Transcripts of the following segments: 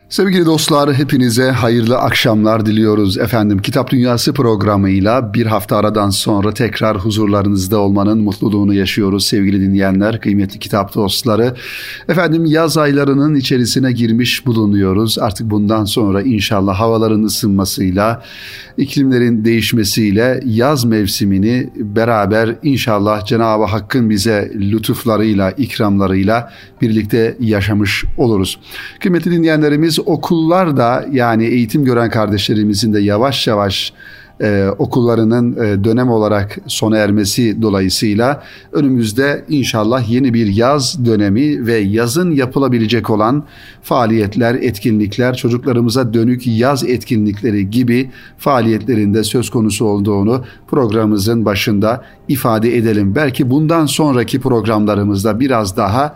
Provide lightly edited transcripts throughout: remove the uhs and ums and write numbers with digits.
Sevgili dostlar, hepinize hayırlı akşamlar diliyoruz. Efendim, Kitap Dünyası programıyla bir hafta aradan sonra tekrar huzurlarınızda olmanın mutluluğunu yaşıyoruz sevgili dinleyenler, kıymetli kitap dostları. Efendim, yaz aylarının içerisine girmiş bulunuyoruz. Artık bundan sonra inşallah havaların ısınmasıyla, iklimlerin değişmesiyle yaz mevsimini beraber inşallah Cenab-ı Hakk'ın bize lütuflarıyla, ikramlarıyla birlikte yaşamış oluruz. Kıymetli dinleyenlerimiz, okullar da, yani eğitim gören kardeşlerimizin de yavaş yavaş okullarının dönem olarak sona ermesi dolayısıyla önümüzde inşallah yeni bir yaz dönemi ve yazın yapılabilecek olan faaliyetler, etkinlikler, çocuklarımıza dönük yaz etkinlikleri gibi faaliyetlerinde söz konusu olduğunu programımızın başında ifade edelim. Belki bundan sonraki programlarımızda biraz daha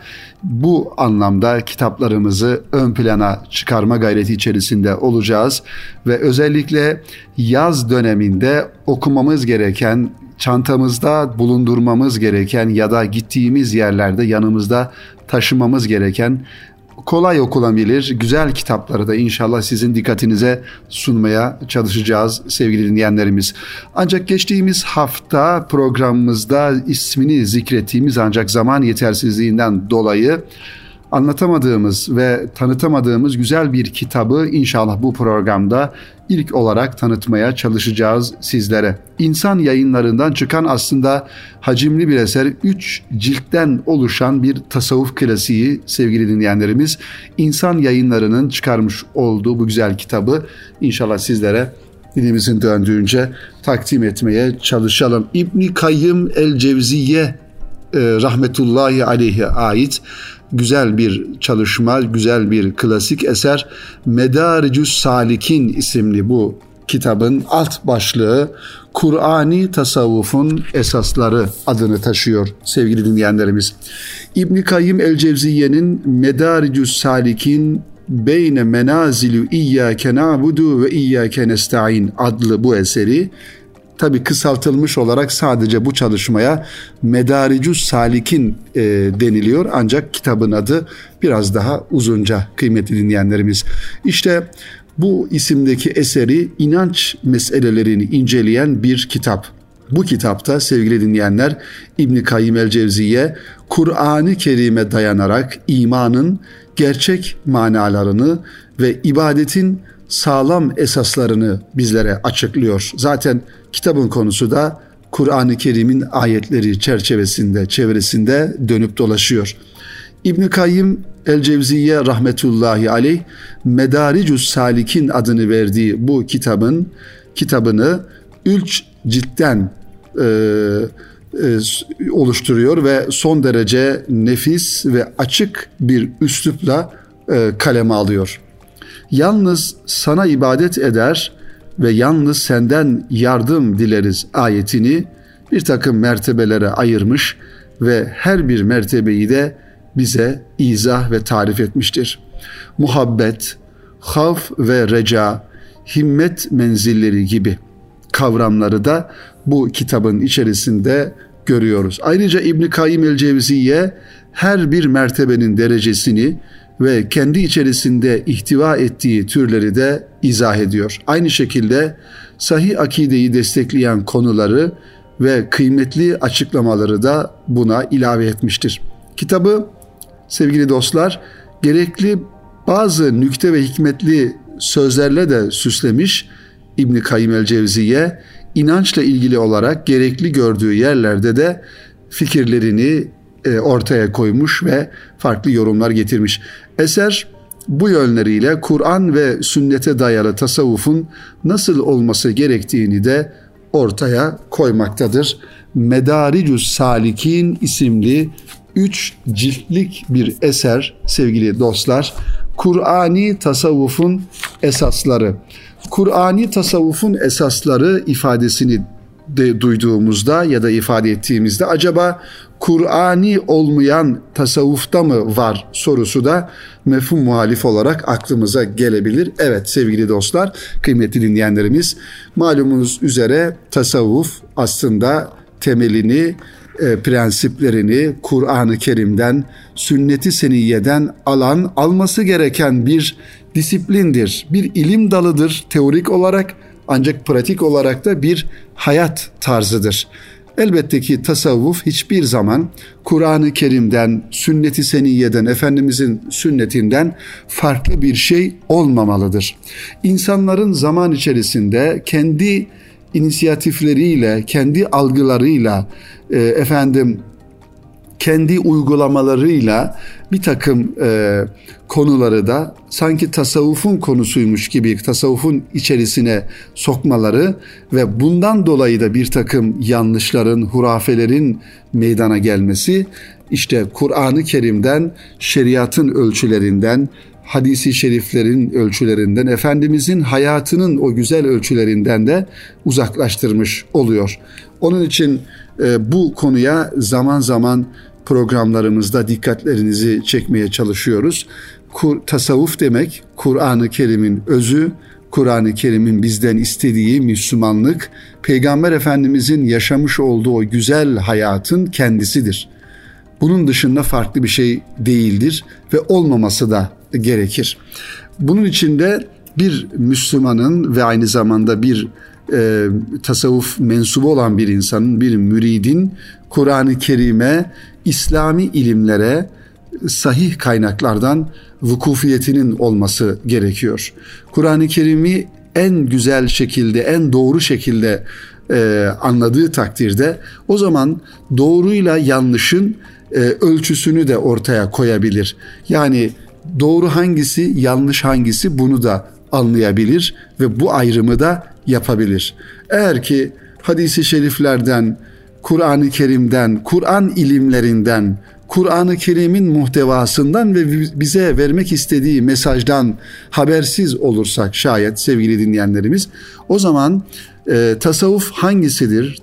bu anlamda kitaplarımızı ön plana çıkarma gayreti içerisinde olacağız ve özellikle yaz döneminde okumamız gereken, çantamızda bulundurmamız gereken ya da gittiğimiz yerlerde yanımızda taşımamız gereken kolay okunabilir güzel kitapları da inşallah sizin dikkatinize sunmaya çalışacağız sevgili dinleyenlerimiz. Ancak geçtiğimiz hafta programımızda ismini zikrettiğimiz ancak zaman yetersizliğinden dolayı anlatamadığımız ve tanıtamadığımız güzel bir kitabı inşallah bu programda ilk olarak tanıtmaya çalışacağız sizlere. İnsan Yayınlarından çıkan aslında hacimli bir eser, 3 ciltten oluşan bir tasavvuf klasiği sevgili dinleyenlerimiz. İnsan Yayınları'nın çıkarmış olduğu bu güzel kitabı inşallah sizlere dilimizin döndüğünce takdim etmeye çalışalım. İbn-i Kayyım el-Cevziye rahmetullahi aleyhe ait güzel bir çalışma, güzel bir klasik eser. Medaricus Salikin isimli bu kitabın alt başlığı Kur'ani tasavvufun esasları adını taşıyor sevgili dinleyenlerimiz. İbn Kayyim el-Cevziye'nin Medaricus Salikin Beyne Menazilü İyyâke na'budu ve İyyâke nesta'in adlı bu eseri, tabi kısaltılmış olarak sadece bu çalışmaya Medaricus Salikin deniliyor. Ancak kitabın adı biraz daha uzunca kıymetli dinleyenlerimiz. İşte bu isimdeki eseri inanç meselelerini inceleyen bir kitap. Bu kitapta sevgili dinleyenler İbn Kayyim el-Cevziye Kur'an-ı Kerim'e dayanarak imanın gerçek manalarını ve ibadetin sağlam esaslarını bizlere açıklıyor. Zaten kitabın konusu da Kur'an-ı Kerim'in ayetleri çevresinde dönüp dolaşıyor. İbn Kayyim el-Cevziye rahmetullahi aleyh Medaricus Salikin adını verdiği bu kitabını 3 ciltten oluşturuyor ve son derece nefis ve açık bir üslupla kaleme alıyor. Yalnız sana ibadet eder ve yalnız senden yardım dileriz ayetini bir takım mertebelere ayırmış ve her bir mertebeyi de bize izah ve tarif etmiştir. Muhabbet, havf ve reca, himmet menzilleri gibi kavramları da bu kitabın içerisinde görüyoruz. Ayrıca İbn Kayyim el-Cevziye her bir mertebenin derecesini ve kendi içerisinde ihtiva ettiği türleri de izah ediyor. Aynı şekilde sahih akideyi destekleyen konuları ve kıymetli açıklamaları da buna ilave etmiştir. Kitabı sevgili dostlar gerekli bazı nükte ve hikmetli sözlerle de süslemiş. İbn Kayyim el-Cevziye inançla ilgili olarak gerekli gördüğü yerlerde de fikirlerini ortaya koymuş ve farklı yorumlar getirmiş. Eser bu yönleriyle Kur'an ve sünnete dayalı tasavvufun nasıl olması gerektiğini de ortaya koymaktadır. Medaricus Salikin isimli 3 ciltlik bir eser sevgili dostlar. Kur'ani tasavvufun esasları. Kur'ani tasavvufun esasları ifadesini de duyduğumuzda ya da ifade ettiğimizde acaba Kur'ani olmayan tasavvufta mı var sorusu da mefhum muhalif olarak aklımıza gelebilir. Evet sevgili dostlar, kıymetli dinleyenlerimiz, malumunuz üzere tasavvuf aslında temelini prensiplerini Kur'an-ı Kerim'den, sünnet-i seniyyeden alması gereken bir disiplindir, bir ilim dalıdır teorik olarak, ancak pratik olarak da bir hayat tarzıdır. Elbette ki tasavvuf hiçbir zaman Kur'an-ı Kerim'den, sünnet-i seniyyeden, Efendimizin sünnetinden farklı bir şey olmamalıdır. İnsanların zaman içerisinde kendi inisiyatifleriyle, kendi algılarıyla, kendi uygulamalarıyla bir takım konuları da sanki tasavvufun konusuymuş gibi tasavvufun içerisine sokmaları ve bundan dolayı da bir takım yanlışların, hurafelerin meydana gelmesi, işte Kur'an-ı Kerim'den, şeriatın ölçülerinden, hadisi şeriflerin ölçülerinden, Efendimizin hayatının o güzel ölçülerinden de uzaklaştırmış oluyor. Onun için bu konuya zaman zaman programlarımızda dikkatlerinizi çekmeye çalışıyoruz. Tasavvuf demek Kur'an-ı Kerim'in özü, Kur'an-ı Kerim'in bizden istediği Müslümanlık, Peygamber Efendimizin yaşamış olduğu o güzel hayatın kendisidir. Bunun dışında farklı bir şey değildir ve olmaması da gerekir. Bunun için de bir Müslümanın ve aynı zamanda bir tasavvuf mensubu olan bir insanın, bir müridin Kur'an-ı Kerim'e, İslami ilimlere sahih kaynaklardan vukufiyetinin olması gerekiyor. Kur'an-ı Kerim'i en güzel şekilde, en doğru şekilde anladığı takdirde o zaman doğruyla yanlışın ölçüsünü de ortaya koyabilir. Yani doğru hangisi, yanlış hangisi bunu da anlayabilir ve bu ayrımı da yapabilir. Eğer ki hadis-i şeriflerden, Kur'an-ı Kerim'den, Kur'an ilimlerinden, Kur'an-ı Kerim'in muhtevasından ve bize vermek istediği mesajdan habersiz olursak şayet sevgili dinleyenlerimiz, o zaman tasavvuf hangisidir?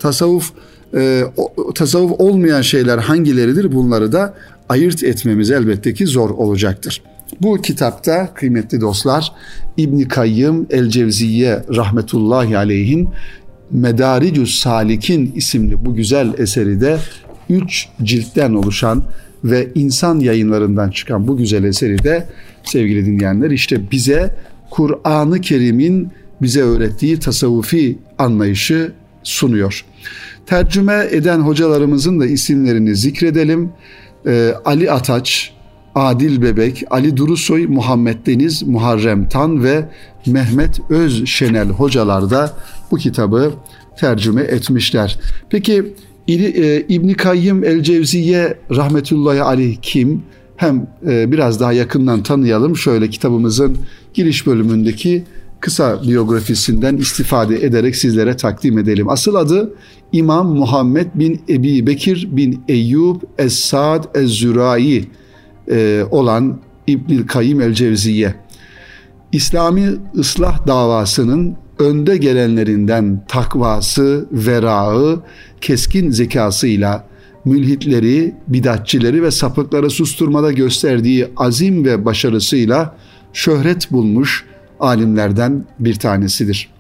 Tasavvuf olmayan şeyler hangileridir? Bunları da ayırt etmemiz elbette ki zor olacaktır. Bu kitapta kıymetli dostlar İbn-i Kayyım el-Cevziyye rahmetullahi aleyhin Medaricus Salikin isimli bu güzel eseri de 3 ciltten oluşan ve insan yayınlarından çıkan bu güzel eseri de sevgili dinleyenler işte bize Kur'an-ı Kerim'in bize öğrettiği tasavvufi anlayışı sunuyor. Tercüme eden hocalarımızın da isimlerini zikredelim. Ali Ataç, Adil Bebek, Ali Durusoy, Muhammed Deniz, Muharrem Tan ve Mehmet Özşenel hocalar da bu kitabı tercüme etmişler. Peki İbn-i Kayyım el-Cevziyye rahmetullahi aleyh kim? Hem biraz daha yakından tanıyalım. Şöyle kitabımızın giriş bölümündeki kısa biyografisinden istifade ederek sizlere takdim edelim. Asıl adı İmam Muhammed bin Ebi Bekir bin Eyyub Es-Sa'd Ez-Zürai olan İbn-i Kayyım el-Cevziyye. İslami ıslah davasının önde gelenlerinden takvası, verağı, keskin zekasıyla mülhitleri, bidatçileri ve sapıkları susturmada gösterdiği azim ve başarısıyla şöhret bulmuş alimlerden bir tanesidir.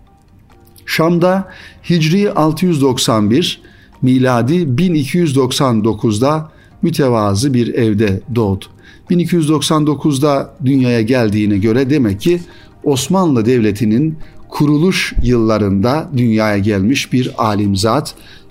Şam'da Hicri 691, miladi 1299'da mütevazı bir evde doğdu. 1299'da dünyaya geldiğine göre demek ki Osmanlı Devleti'nin kuruluş yıllarında dünyaya gelmiş bir alim zat.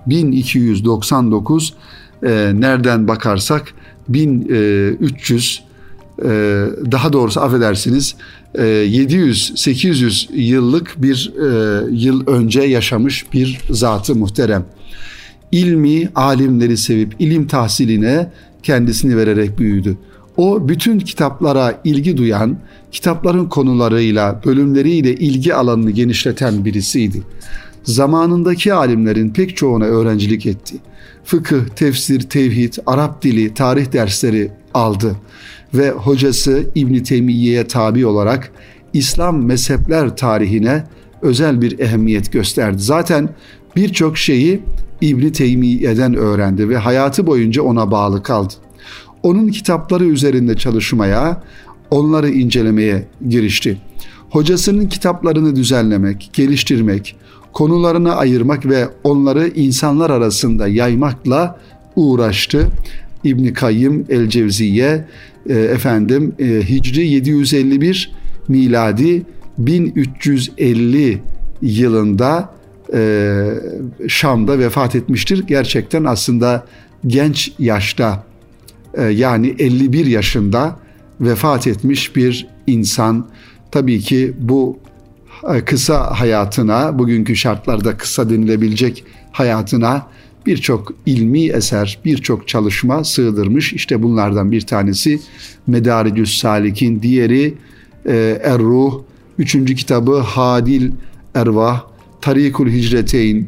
1299 nereden bakarsak 1300 daha doğrusu affedersiniz 700-800 yıllık bir yıl önce yaşamış bir zat-ı muhterem. İlmi alimleri sevip ilim tahsiline kendisini vererek büyüdü. O bütün kitaplara ilgi duyan, kitapların konularıyla, bölümleriyle ilgi alanını genişleten birisiydi. Zamanındaki alimlerin pek çoğuna öğrencilik etti. Fıkıh, tefsir, tevhid, Arap dili, tarih dersleri aldı ve hocası İbn-i Teymiyye'ye tabi olarak İslam mezhepler tarihine özel bir ehemmiyet gösterdi. Zaten birçok şeyi İbn-i Teymiyye'den öğrendi ve hayatı boyunca ona bağlı kaldı. Onun kitapları üzerinde çalışmaya, onları incelemeye girişti. Hocasının kitaplarını düzenlemek, geliştirmek, konularına ayırmak ve onları insanlar arasında yaymakla uğraştı. İbn Kayyım el-Cevziyye Hicri 751, miladi 1350 yılında Şam'da vefat etmiştir. Gerçekten aslında genç yaşta, yani 51 yaşında vefat etmiş bir insan. Tabii ki bu kısa hayatına, bugünkü şartlarda kısa denilebilecek hayatına birçok ilmi eser, birçok çalışma sığdırmış. İşte bunlardan bir tanesi Medaridü's Salikin, diğeri Er-Ruh, üçüncü kitabı Hadil Ervah, Tarikul Hicreteyn,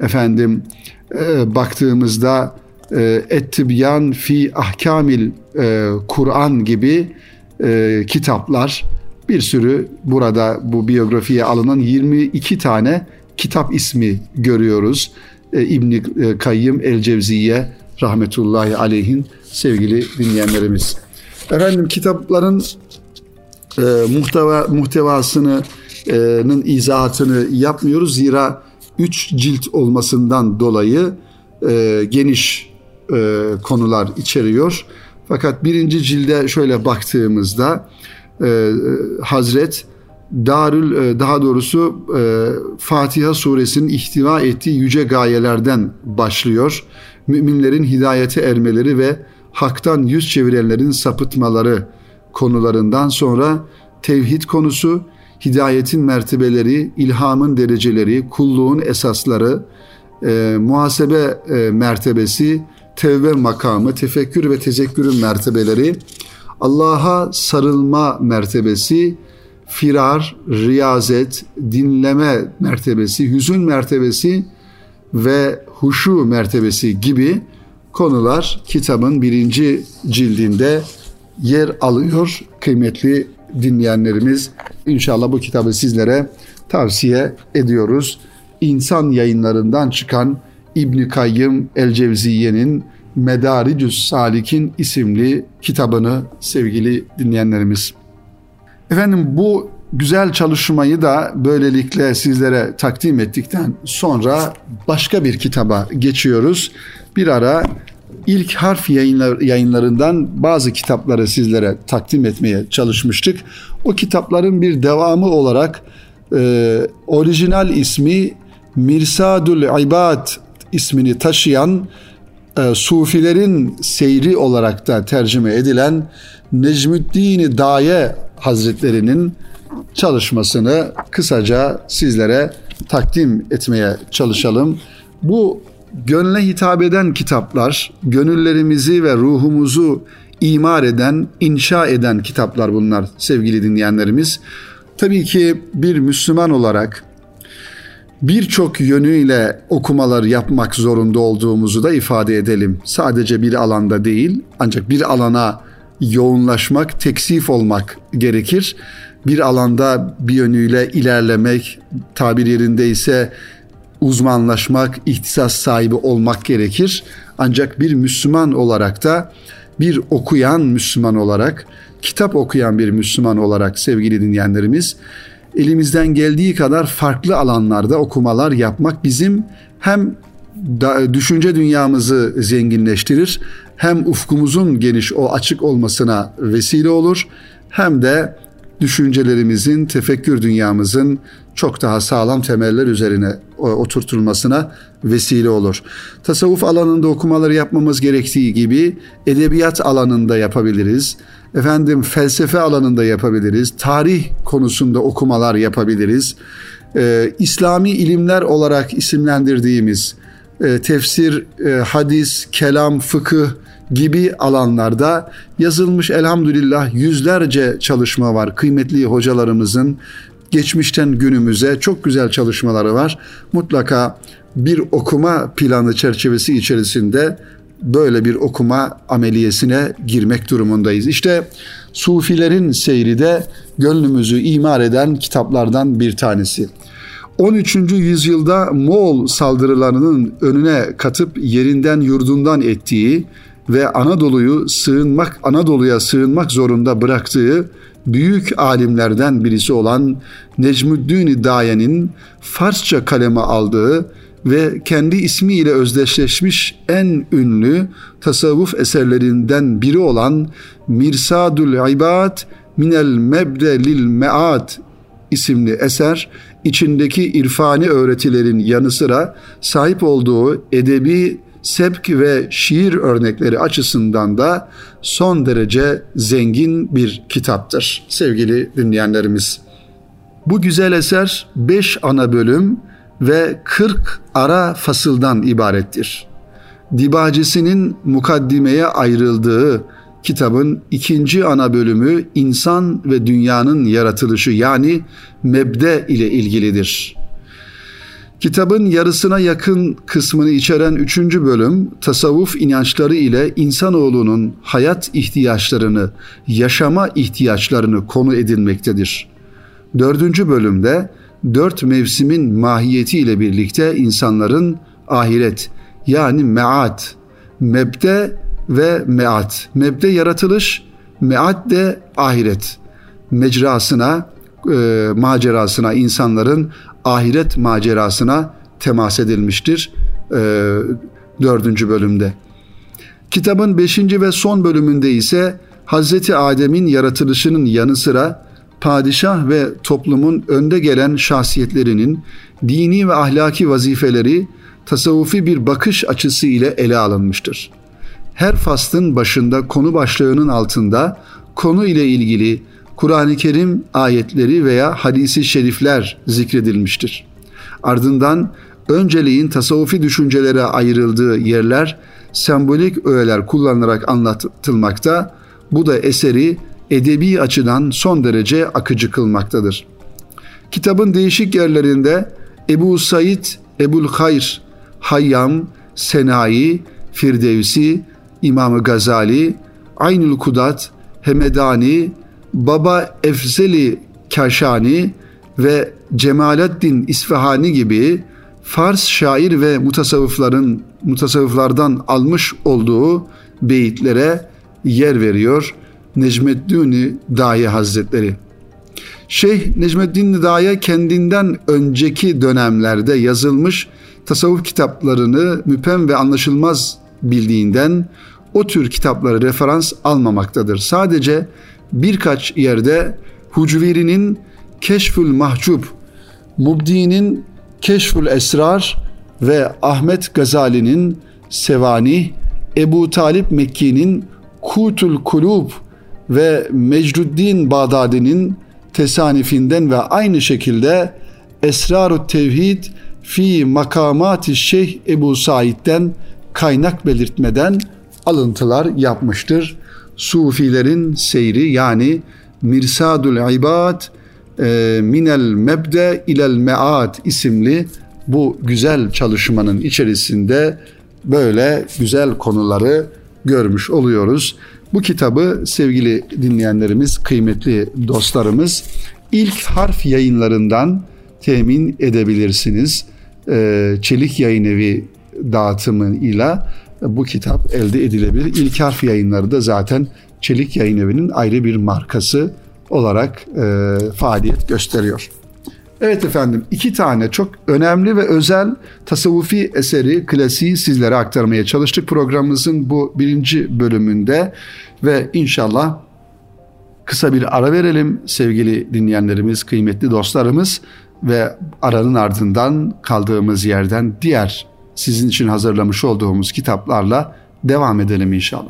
baktığımızda Et-Tibyan fi Ahkamil Kur'an gibi kitaplar, bir sürü burada bu biyografiye alınan 22 tane kitap ismi görüyoruz. İbn Kayyım el-Cevziyye rahmetullahi aleyhin, sevgili dinleyenlerimiz. Kitapların muhtevasının izahatını yapmıyoruz. Zira 3 cilt olmasından dolayı geniş konular içeriyor. Fakat birinci cilde şöyle baktığımızda Hazret Fatiha suresinin ihtiva ettiği yüce gayelerden başlıyor. Müminlerin hidayete ermeleri ve haktan yüz çevirenlerin sapıtmaları konularından sonra tevhid konusu, hidayetin mertebeleri, ilhamın dereceleri, kulluğun esasları, muhasebe mertebesi, tevbe makamı, tefekkür ve tezekkürün mertebeleri, Allah'a sarılma mertebesi, firar, riyazet, dinleme mertebesi, hüzün mertebesi ve huşu mertebesi gibi konular kitabın birinci cildinde yer alıyor. Kıymetli dinleyenlerimiz, İnşallah bu kitabı sizlere tavsiye ediyoruz. İnsan Yayınlarından çıkan İbn Kayyım el-Cevziyye'nin Medaridü's Salikin isimli kitabını sevgili dinleyenlerimiz. Bu güzel çalışmayı da böylelikle sizlere takdim ettikten sonra başka bir kitaba geçiyoruz. Bir ara İlk Harf yayınlarından bazı kitapları sizlere takdim etmeye çalışmıştık. O kitapların bir devamı olarak orijinal ismi Mirsadul İbad ismini taşıyan, Sufilerin Seyri olarak da tercüme edilen Necmüddin Daye Hazretleri'nin çalışmasını kısaca sizlere takdim etmeye çalışalım. Bu gönle hitap eden kitaplar, gönüllerimizi ve ruhumuzu imar eden, inşa eden kitaplar bunlar sevgili dinleyenlerimiz. Tabii ki bir Müslüman olarak birçok yönüyle okumalar yapmak zorunda olduğumuzu da ifade edelim. Sadece bir alanda değil, ancak bir alana yoğunlaşmak, teksif olmak gerekir. Bir alanda bir yönüyle ilerlemek, tabir yerindeyse uzmanlaşmak, ihtisas sahibi olmak gerekir. Ancak bir Müslüman olarak da, bir okuyan Müslüman olarak, kitap okuyan bir Müslüman olarak sevgili dinleyenlerimiz, elimizden geldiği kadar farklı alanlarda okumalar yapmak bizim hem düşünce dünyamızı zenginleştirir, hem ufkumuzun geniş, o açık olmasına vesile olur, hem de düşüncelerimizin, tefekkür dünyamızın çok daha sağlam temeller üzerine oturtulmasına vesile olur. Tasavvuf alanında okumaları yapmamız gerektiği gibi edebiyat alanında yapabiliriz. Felsefe alanında yapabiliriz. Tarih konusunda okumalar yapabiliriz. İslami ilimler olarak isimlendirdiğimiz tefsir, hadis, kelam, fıkıh gibi alanlarda yazılmış elhamdülillah yüzlerce çalışma var. Kıymetli hocalarımızın geçmişten günümüze çok güzel çalışmaları var. Mutlaka bir okuma planı çerçevesi içerisinde böyle bir okuma ameliyesine girmek durumundayız. İşte Sufilerin Seyri de gönlümüzü imar eden kitaplardan bir tanesi. 13. yüzyılda Moğol saldırılarının önüne katıp yerinden yurdundan ettiği ve Anadolu'ya sığınmak zorunda bıraktığı büyük alimlerden birisi olan Necmuddin Daye'nin Farsça kaleme aldığı ve kendi ismiyle özdeşleşmiş en ünlü tasavvuf eserlerinden biri olan Mirsadul İbad Minel Mebde Lil Me'ad isimli eser, içindeki irfani öğretilerin yanı sıra sahip olduğu edebi sebk ve şiir örnekleri açısından da son derece zengin bir kitaptır sevgili dinleyenlerimiz. Bu güzel eser 5 ana bölüm ve 40 ara fasıldan ibarettir. Dibacisi'nin mukaddimeye ayrıldığı kitabın 2. ana bölümü insan ve dünyanın yaratılışı yani mebde ile ilgilidir. Kitabın yarısına yakın kısmını içeren 3. bölüm tasavvuf inançları ile insanoğlunun hayat ihtiyaçlarını, yaşama ihtiyaçlarını konu edinmektedir. 4. bölümde 4 mevsimin mahiyeti ile birlikte insanların ahiret yani me'at, mebde ve me'at. Mebde yaratılış, me'at de ahiret mecrasına, macerasına, insanların ahiret macerasına temas edilmiştir 4. bölümde. Kitabın 5. ve son bölümünde ise Hazreti Adem'in yaratılışının yanı sıra padişah ve toplumun önde gelen şahsiyetlerinin dini ve ahlaki vazifeleri tasavvufi bir bakış açısı ile ele alınmıştır. Her faslın başında konu başlığının altında konu ile ilgili Kur'an-ı Kerim ayetleri veya hadis-i şerifler zikredilmiştir. Ardından önceliğin tasavvufi düşüncelere ayrıldığı yerler sembolik öğeler kullanılarak anlatılmakta. Bu da eseri edebi açıdan son derece akıcı kılmaktadır. Kitabın değişik yerlerinde Ebu Said, Ebul Hayr, Hayyam, Senai, Firdevsi, İmam-ı Gazali, Aynül Kudat, Hemedani, Baba Efzeli Kaşani ve Cemalettin İsfahani gibi Fars şair ve mutasavvıflardan almış olduğu beyitlere yer veriyor Necmeddin Daye Hazretleri. Şeyh Necmeddin Daye kendinden önceki dönemlerde yazılmış tasavvuf kitaplarını müphem ve anlaşılmaz bildiğinden o tür kitapları referans almamaktadır. Sadece birkaç yerde Hucveri'nin Keşfül Mahcub, Mubdi'nin Keşfül Esrar ve Ahmet Gazali'nin Sevani, Ebu Talip Mekki'nin Kutul Kulub ve Mecduddin Bağdadi'nin tesanifinden ve aynı şekilde Esrar-ı Tevhid fi Makamat-ı Şeyh Ebu Said'den kaynak belirtmeden alıntılar yapmıştır. Sufilerin seyri yani Mirsadul İbad Minel Mebde ilel Me'ad isimli bu güzel çalışmanın içerisinde böyle güzel konuları görmüş oluyoruz. Bu kitabı sevgili dinleyenlerimiz, kıymetli dostlarımız İlk Harf Yayınlarından temin edebilirsiniz. Çelik Yayınevi dağıtımıyla bu kitap elde edilebilir. İlk Harf Yayınları da zaten Çelik Yayınevi'nin ayrı bir markası olarak faaliyet gösteriyor. Evet efendim, 2 tane çok önemli ve özel tasavvufi eseri, klasiği sizlere aktarmaya çalıştık programımızın bu 1. bölümünde ve inşallah kısa bir ara verelim sevgili dinleyenlerimiz, kıymetli dostlarımız ve aranın ardından kaldığımız yerden diğer sizin için hazırlamış olduğumuz kitaplarla devam edelim inşallah.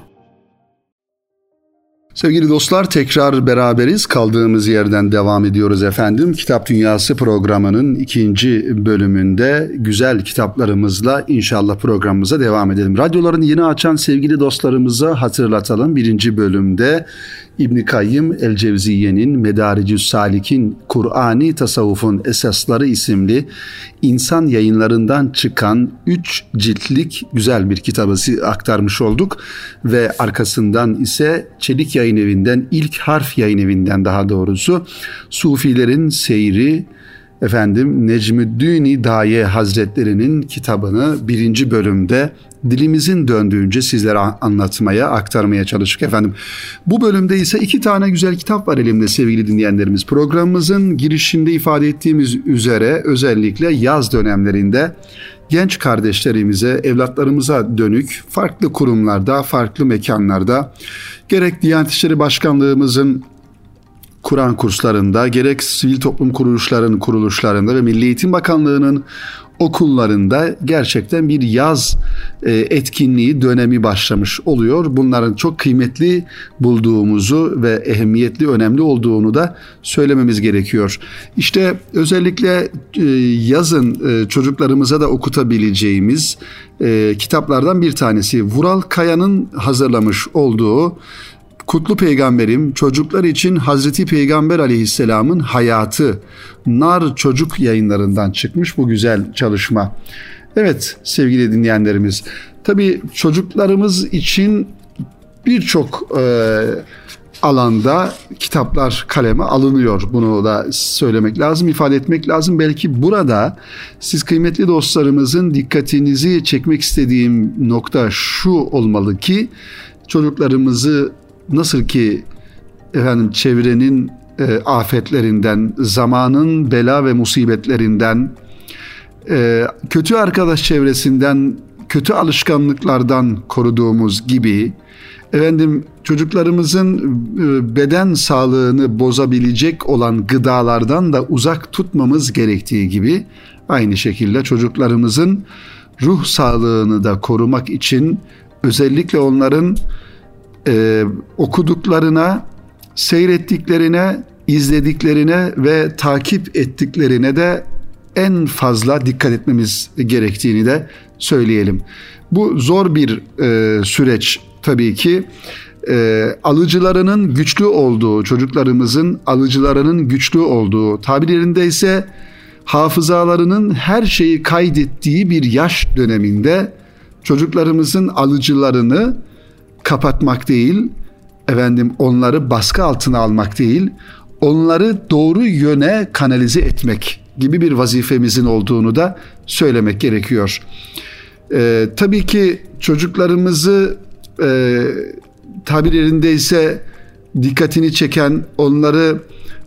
Sevgili dostlar, tekrar beraberiz. Kaldığımız yerden devam ediyoruz efendim. Kitap Dünyası programının 2. bölümünde güzel kitaplarımızla inşallah programımıza devam edelim. Radyolarını yeni açan sevgili dostlarımıza hatırlatalım. 1. bölümde İbn-i Kayyım el-Cevziye'nin Medaricü's Salik'in Kur'ani Tasavvufun Esasları isimli İnsan Yayınlarından çıkan 3 ciltlik güzel bir kitabı aktarmış olduk ve arkasından ise Çelik Yayınevi'nden, İlk Harf Yayınevi'nden daha doğrusu Sufilerin Seyri Necmüddin Daye Hazretleri'nin kitabını 1. bölümde dilimizin döndüğünce sizlere anlatmaya, aktarmaya çalıştık efendim. Bu bölümde ise 2 tane güzel kitap var elimde sevgili dinleyenlerimiz. Programımızın girişinde ifade ettiğimiz üzere özellikle yaz dönemlerinde genç kardeşlerimize, evlatlarımıza dönük farklı kurumlarda, farklı mekanlarda, gerek Diyanet İşleri Başkanlığımızın Kur'an kurslarında, gerek sivil toplum kuruluşlarında ve Milli Eğitim Bakanlığı'nın okullarında gerçekten bir yaz etkinliği dönemi başlamış oluyor. Bunların çok kıymetli bulduğumuzu ve ehemmiyetli, önemli olduğunu da söylememiz gerekiyor. İşte özellikle yazın çocuklarımıza da okutabileceğimiz kitaplardan bir tanesi Vural Kaya'nın hazırlamış olduğu Kutlu Peygamberim, çocuklar için Hazreti Peygamber Aleyhisselam'ın hayatı, Nar Çocuk Yayınlarından çıkmış bu güzel çalışma. Evet sevgili dinleyenlerimiz, tabii çocuklarımız için birçok alanda kitaplar kaleme alınıyor. Bunu da söylemek lazım, ifade etmek lazım. Belki burada siz kıymetli dostlarımızın dikkatinizi çekmek istediğim nokta şu olmalı ki çocuklarımızı nasıl ki çevrenin afetlerinden, zamanın bela ve musibetlerinden, kötü arkadaş çevresinden, kötü alışkanlıklardan koruduğumuz gibi çocuklarımızın beden sağlığını bozabilecek olan gıdalardan da uzak tutmamız gerektiği gibi aynı şekilde çocuklarımızın ruh sağlığını da korumak için özellikle onların okuduklarına, seyrettiklerine, izlediklerine ve takip ettiklerine de en fazla dikkat etmemiz gerektiğini de söyleyelim. Bu zor bir süreç tabii ki. Alıcılarının güçlü olduğu, çocuklarımızın alıcılarının güçlü olduğu, tabirlerinde ise hafızalarının her şeyi kaydettiği bir yaş döneminde çocuklarımızın alıcılarını kapatmak değil, onları baskı altına almak değil, onları doğru yöne kanalize etmek gibi bir vazifemizin olduğunu da söylemek gerekiyor. Tabii ki çocuklarımızı tabirlerinde ise dikkatini çeken, onları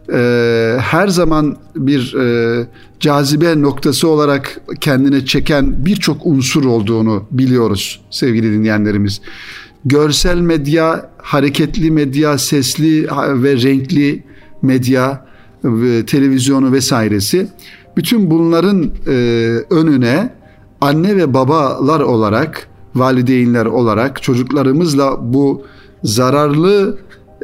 her zaman bir cazibe noktası olarak kendine çeken birçok unsur olduğunu biliyoruz sevgili dinleyenlerimiz. Görsel medya, hareketli medya, sesli ve renkli medya, televizyonu vesairesi. Bütün bunların önüne anne ve babalar olarak, valideynler olarak çocuklarımızla bu zararlı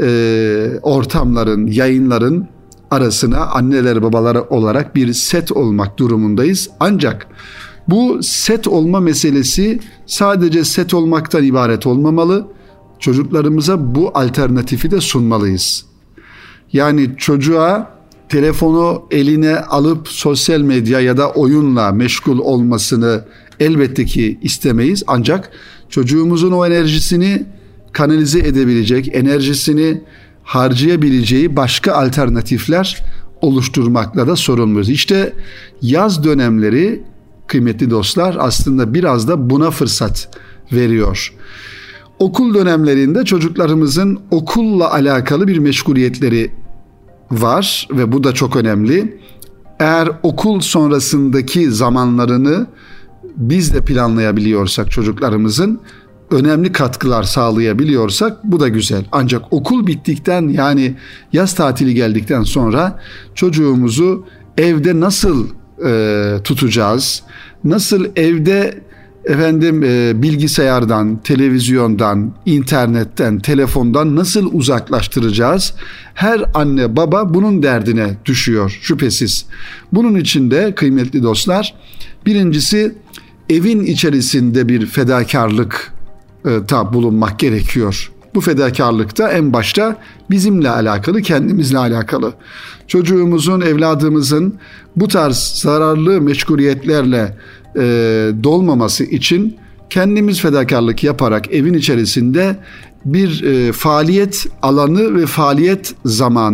ortamların, yayınların arasına anneler babalar olarak bir set olmak durumundayız. Ancak bu set olma meselesi sadece set olmaktan ibaret olmamalı. Çocuklarımıza bu alternatifi de sunmalıyız. Yani çocuğa telefonu eline alıp sosyal medya ya da oyunla meşgul olmasını elbette ki istemeyiz. Ancak çocuğumuzun o enerjisini kanalize edebilecek, enerjisini harcayabileceği başka alternatifler oluşturmakla da sorumluyuz. İşte yaz dönemleri kıymetli dostlar aslında biraz da buna fırsat veriyor. Okul dönemlerinde çocuklarımızın okulla alakalı bir meşguliyetleri var ve bu da çok önemli. Eğer okul sonrasındaki zamanlarını biz de planlayabiliyorsak çocuklarımızın, önemli katkılar sağlayabiliyorsak bu da güzel. Ancak okul bittikten, yani yaz tatili geldikten sonra çocuğumuzu evde nasıl tutacağız? Nasıl evde bilgisayardan, televizyondan, internetten, telefondan nasıl uzaklaştıracağız? Her anne baba bunun derdine düşüyor şüphesiz. Bunun için de kıymetli dostlar, birincisi evin içerisinde bir fedakarlıkta bulunmak gerekiyor. Bu fedakarlıkta en başta bizimle alakalı, kendimizle alakalı. Çocuğumuzun, evladımızın bu tarz zararlı meşguliyetlerle dolmaması için kendimiz fedakarlık yaparak evin içerisinde bir faaliyet alanı ve faaliyet zamanı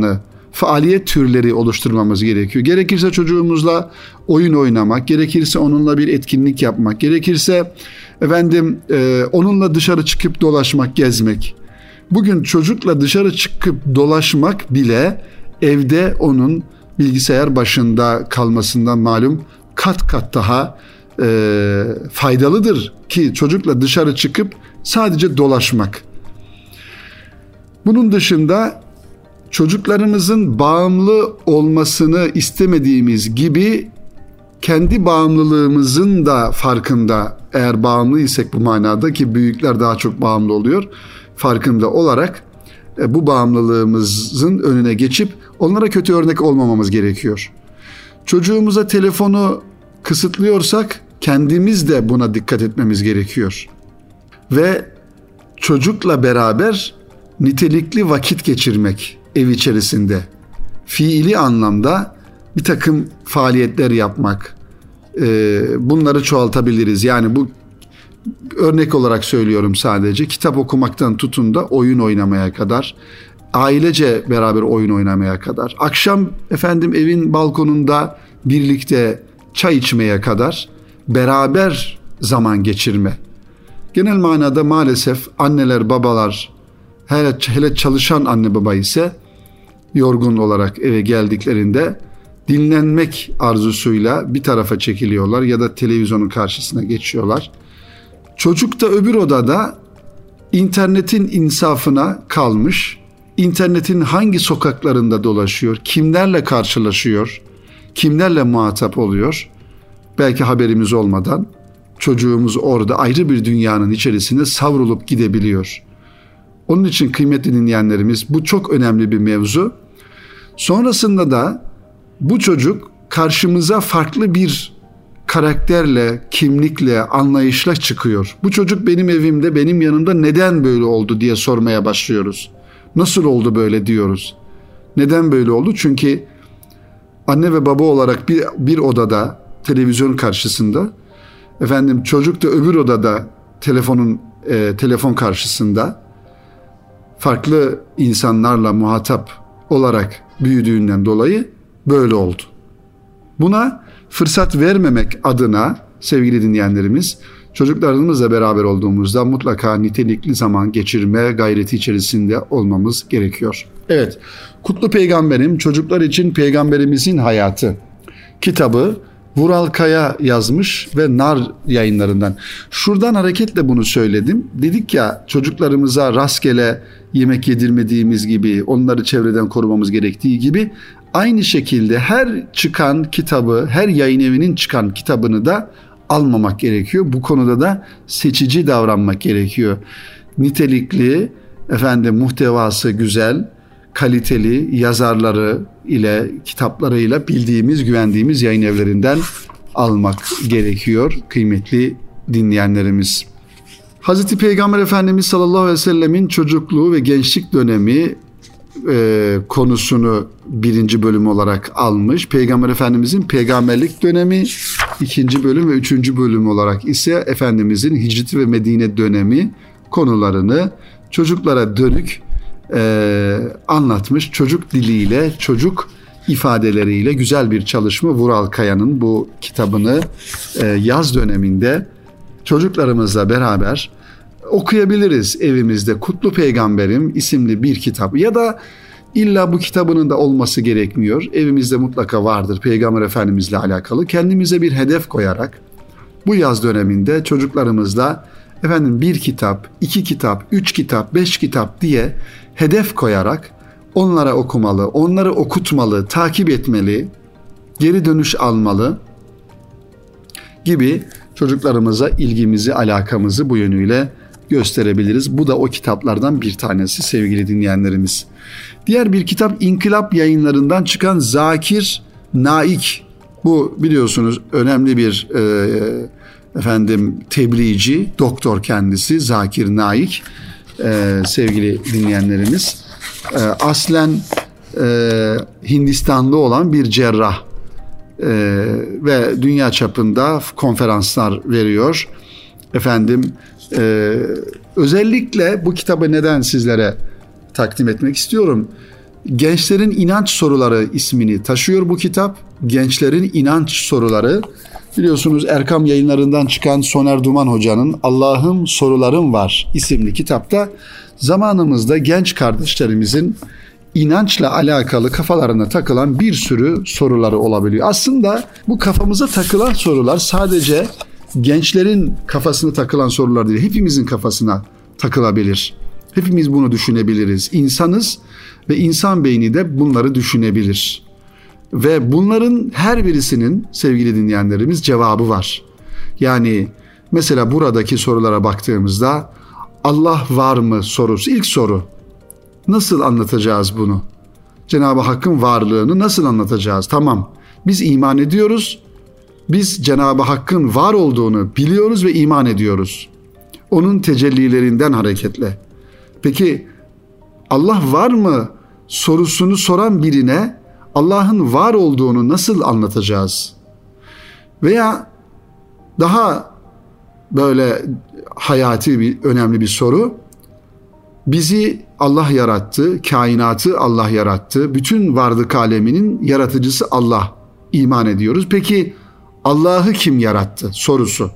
faaliyet türleri oluşturmamız gerekiyor. Gerekirse çocuğumuzla oyun oynamak, gerekirse onunla bir etkinlik yapmak, gerekirse onunla dışarı çıkıp dolaşmak, gezmek. Bugün çocukla dışarı çıkıp dolaşmak bile evde onun bilgisayar başında kalmasından malum kat kat daha faydalıdır ki çocukla dışarı çıkıp sadece dolaşmak. Bunun dışında çocuklarımızın bağımlı olmasını istemediğimiz gibi kendi bağımlılığımızın da farkında, eğer bağımlıysak bu manada, ki büyükler daha çok bağımlı oluyor, farkında olarak bu bağımlılığımızın önüne geçip onlara kötü örnek olmamamız gerekiyor. Çocuğumuza telefonu kısıtlıyorsak kendimiz de buna dikkat etmemiz gerekiyor. Ve çocukla beraber nitelikli vakit geçirmek ev içerisinde, fiili anlamda bir takım faaliyetler yapmak, bunları çoğaltabiliriz. Yani bu örnek olarak söylüyorum sadece, kitap okumaktan tutun da oyun oynamaya kadar, ailece beraber oyun oynamaya kadar, akşam evin balkonunda birlikte çay içmeye kadar beraber zaman geçirme. Genel manada maalesef anneler, babalar, hele çalışan anne baba ise yorgun olarak eve geldiklerinde dinlenmek arzusuyla bir tarafa çekiliyorlar ya da televizyonun karşısına geçiyorlar. Çocuk da öbür odada internetin insafına kalmış, internetin hangi sokaklarında dolaşıyor, kimlerle karşılaşıyor, kimlerle muhatap oluyor, belki haberimiz olmadan çocuğumuz orada ayrı bir dünyanın içerisine savrulup gidebiliyor. Onun için kıymetli dinleyenlerimiz, bu çok önemli bir mevzu. Sonrasında da bu çocuk karşımıza farklı bir karakterle, kimlikle, anlayışla çıkıyor. Bu çocuk benim evimde, benim yanımda neden böyle oldu diye sormaya başlıyoruz. Nasıl oldu böyle diyoruz. Neden böyle oldu? Çünkü anne ve baba olarak bir odada, televizyon karşısında, çocuk da öbür odada telefon karşısında farklı insanlarla muhatap olarak büyüdüğünden dolayı böyle oldu. Buna fırsat vermemek adına sevgili dinleyenlerimiz, çocuklarımızla beraber olduğumuzda mutlaka nitelikli zaman geçirme gayreti içerisinde olmamız gerekiyor. Evet, Kutlu Peygamberim, Çocuklar için Peygamberimizin Hayatı kitabı Vural Kaya yazmış ve Nar Yayınlarından. Şuradan hareketle bunu söyledim. Dedik ya, çocuklarımıza rastgele yemek yedirmediğimiz gibi, onları çevreden korumamız gerektiği gibi, aynı şekilde her çıkan kitabı, her yayın evinin çıkan kitabını da almamak gerekiyor. Bu konuda da seçici davranmak gerekiyor. Nitelikli, muhtevası güzel, kaliteli yazarları ile, kitaplarıyla bildiğimiz, güvendiğimiz yayın evlerinden almak gerekiyor kıymetli dinleyenlerimiz. Hazreti Peygamber Efendimiz sallallahu aleyhi ve sellemin çocukluğu ve gençlik dönemi konusunu 1. bölüm olarak almış. Peygamber Efendimizin peygamberlik dönemi 2. bölüm ve 3. bölüm olarak ise Efendimizin hicreti ve Medine dönemi konularını çocuklara dönük anlatmış. Çocuk diliyle, çocuk ifadeleriyle güzel bir çalışma. Vural Kaya'nın bu kitabını yaz döneminde çocuklarımızla beraber okuyabiliriz evimizde. Kutlu Peygamberim isimli bir kitap, ya da illa bu kitabının da olması gerekmiyor. Evimizde mutlaka vardır Peygamber Efendimizle alakalı. Kendimize bir hedef koyarak bu yaz döneminde çocuklarımızla bir kitap, 2 kitap, 3 kitap, 5 kitap diye hedef koyarak onlara okumalı, onları okutmalı, takip etmeli, geri dönüş almalı gibi çocuklarımıza ilgimizi, alakamızı bu yönüyle gösterebiliriz. Bu da o kitaplardan bir tanesi sevgili dinleyenlerimiz. Diğer bir kitap İnkılap Yayınlarından çıkan Zakir Naik. Bu biliyorsunuz önemli bir tebliğci, doktor kendisi Zakir Naik. Sevgili dinleyenlerimiz, aslen Hindistanlı olan bir cerrah ve dünya çapında konferanslar veriyor. Özellikle bu kitabı neden sizlere takdim etmek istiyorum? Gençlerin İnanç Soruları ismini taşıyor bu kitap. Gençlerin İnanç Soruları. Biliyorsunuz Erkam Yayınları'ndan çıkan Soner Duman Hoca'nın Allah'ım Sorularım Var isimli kitapta zamanımızda genç kardeşlerimizin inançla alakalı kafalarına takılan bir sürü soruları olabiliyor. Aslında bu kafamıza takılan sorular sadece gençlerin kafasına takılan sorular değil, hepimizin kafasına takılabilir. Hepimiz bunu düşünebiliriz. İnsanız ve insan beyni de bunları düşünebilir. Ve bunların her birisinin sevgili dinleyenlerimiz cevabı var. Yani mesela buradaki sorulara baktığımızda Allah var mı sorusu ilk soru. Nasıl anlatacağız bunu? Cenab-ı Hakk'ın varlığını nasıl anlatacağız? Tamam, biz iman ediyoruz. Biz Cenab-ı Hakk'ın var olduğunu biliyoruz ve iman ediyoruz. Onun tecellilerinden hareketle. Peki Allah var mı sorusunu soran birine Allah'ın var olduğunu nasıl anlatacağız? Veya daha böyle hayati bir önemli bir soru. Bizi Allah yarattı, kainatı Allah yarattı. Bütün varlık aleminin yaratıcısı Allah. İman ediyoruz. Peki Allah'ı kim yarattı sorusu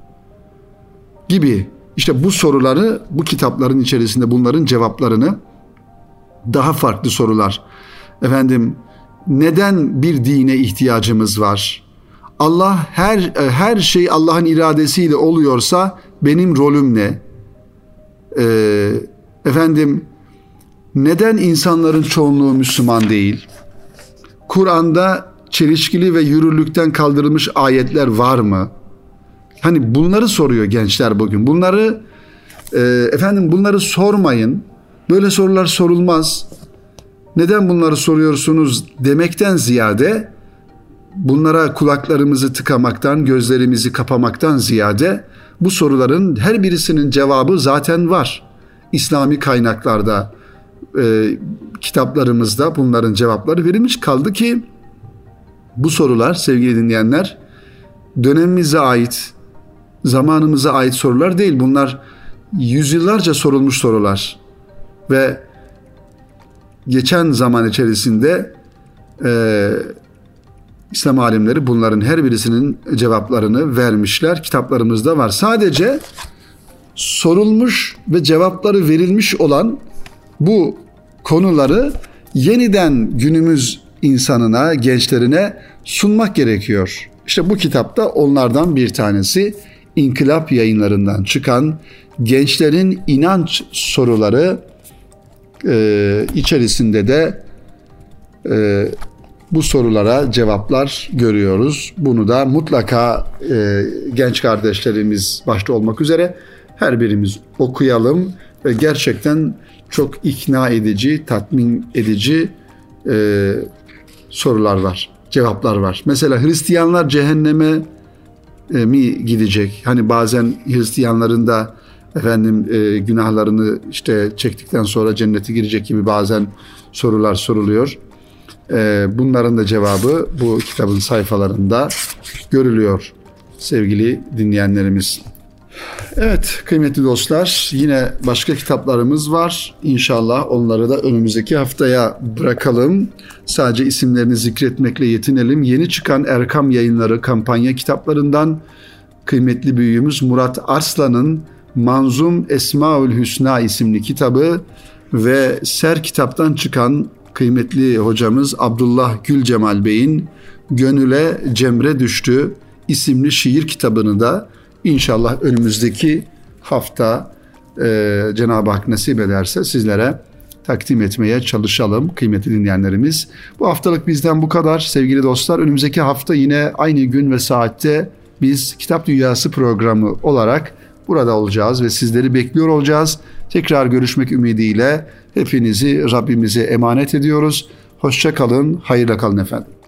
gibi. İşte bu soruları bu kitapların içerisinde bunların cevaplarını daha farklı sorular. Efendim neden bir dine ihtiyacımız var? Allah her şey Allah'ın iradesiyle oluyorsa benim rolüm ne? Efendim neden insanların çoğunluğu Müslüman değil? Kur'an'da çelişkili ve yürürlükten kaldırılmış ayetler var mı? Hani bunları soruyor gençler bugün. Bunları sormayın. Böyle sorular sorulmaz. Neden bunları soruyorsunuz demekten ziyade bunlara kulaklarımızı tıkamaktan, gözlerimizi kapamaktan ziyade bu soruların her birisinin cevabı zaten var. İslami kaynaklarda, kitaplarımızda bunların cevapları verilmiş, kaldı ki bu sorular sevgili dinleyenler dönemimize ait, zamanımıza ait sorular değil. Bunlar yüzyıllarca sorulmuş sorular ve geçen zaman içerisinde İslam alimleri bunların her birisinin cevaplarını vermişler. Kitaplarımızda var. Sadece sorulmuş ve cevapları verilmiş olan bu konuları yeniden günümüz insanına, gençlerine sunmak gerekiyor. İşte bu kitapta onlardan bir tanesi. İnkılap Yayınları'ndan çıkan Gençlerin İnanç Soruları içerisinde de bu sorulara cevaplar görüyoruz. Bunu da mutlaka genç kardeşlerimiz başta olmak üzere her birimiz okuyalım ve gerçekten çok ikna edici, tatmin edici sorular var, cevaplar var. Mesela Hristiyanlar cehenneme mi gidecek? Hani bazen Hristiyanların da günahlarını işte çektikten sonra cennete girecek gibi bazen sorular soruluyor. Bunların da cevabı bu kitabın sayfalarında görülüyor sevgili dinleyenlerimiz. Evet kıymetli dostlar, yine başka kitaplarımız var. İnşallah onları da önümüzdeki haftaya bırakalım. Sadece isimlerini zikretmekle yetinelim. Yeni çıkan Erkam Yayınları kampanya kitaplarından kıymetli büyüğümüz Murat Arslan'ın Manzum Esmaül Hüsna isimli kitabı ve Ser Kitap'tan çıkan kıymetli hocamız Abdullah Gülcemal Bey'in Gönüle Cemre Düştü isimli şiir kitabını da İnşallah önümüzdeki hafta Cenab-ı Hak nasip ederse sizlere takdim etmeye çalışalım kıymetli dinleyenlerimiz. Bu haftalık bizden bu kadar sevgili dostlar. Önümüzdeki hafta yine aynı gün ve saatte biz Kitap Dünyası programı olarak burada olacağız ve sizleri bekliyor olacağız. Tekrar görüşmek ümidiyle hepinizi Rabbimize emanet ediyoruz. Hoşça kalın, hayırla kalın efendim.